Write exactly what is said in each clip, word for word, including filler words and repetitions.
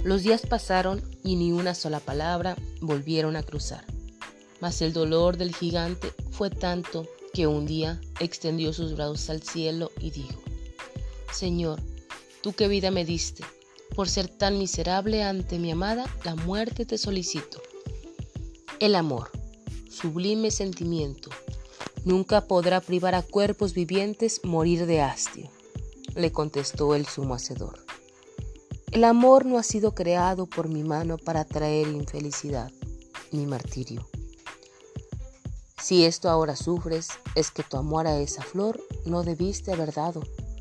Los días pasaron y ni una sola palabra volvieron a cruzar. Mas el dolor del gigante fue tanto que un día extendió sus brazos al cielo y dijo: Señor, tú que vida me diste, por ser tan miserable ante mi amada, la muerte te solicito. El amor, sublime sentimiento, nunca podrá privar a cuerpos vivientes morir de hastio, le contestó el sumo hacedor. El amor no ha sido creado por mi mano para traer infelicidad ni martirio. Si esto ahora sufres, es que tu amor a esa flor no debiste haber dado.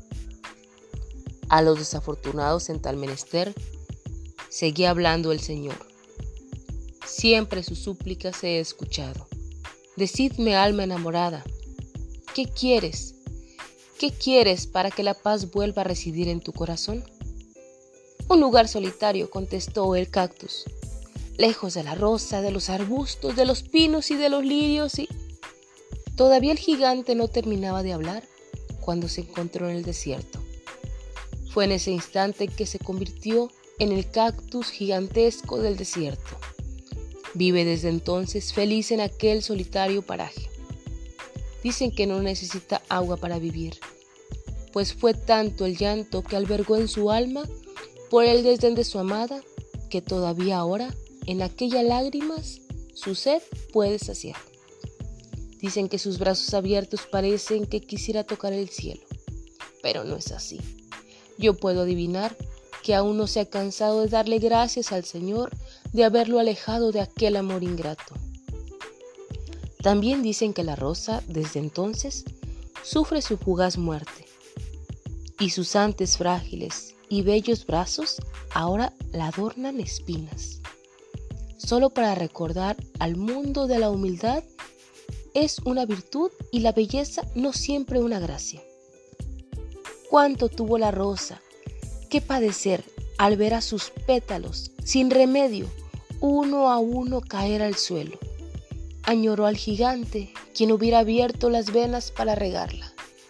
A los desafortunados en tal menester, seguía hablando el Señor. Siempre sus súplicas he escuchado. Decidme, alma enamorada, ¿qué quieres? ¿Qué quieres para que la paz vuelva a residir en tu corazón? Un lugar solitario, contestó el cactus, lejos de la rosa, de los arbustos, de los pinos y de los lirios y... Todavía el gigante no terminaba de hablar cuando se encontró en el desierto. Fue en ese instante que se convirtió en el cactus gigantesco del desierto. Vive desde entonces feliz en aquel solitario paraje. Dicen que no necesita agua para vivir, pues fue tanto el llanto que albergó en su alma por el desdén de su amada, que todavía ahora, en aquellas lágrimas, su sed puede saciar. Dicen que sus brazos abiertos parecen que quisiera tocar el cielo, pero no es así. Yo puedo adivinar que aún no se ha cansado de darle gracias al Señor de haberlo alejado de aquel amor ingrato. También dicen que la rosa, desde entonces, sufre su fugaz muerte, y sus antes frágiles y bellos brazos ahora la adornan espinas. Solo para recordar al mundo de la humildad es una virtud y la belleza no siempre una gracia. Cuánto tuvo la rosa que padecer al ver a sus pétalos sin remedio uno a uno caer al suelo. Añoró al gigante, quien hubiera abierto las venas para regarla.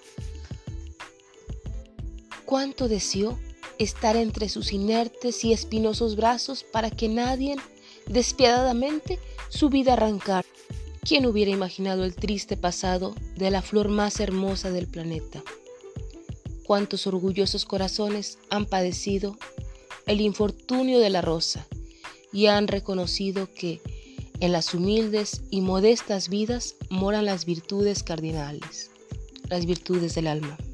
Cuánto deseó estar entre sus inertes y espinosos brazos para que nadie despiadadamente su vida arrancara. ¿Quién hubiera imaginado el triste pasado de la flor más hermosa del planeta? Cuántos orgullosos corazones han padecido el infortunio de la rosa y han reconocido que en las humildes y modestas vidas moran las virtudes cardinales, las virtudes del alma.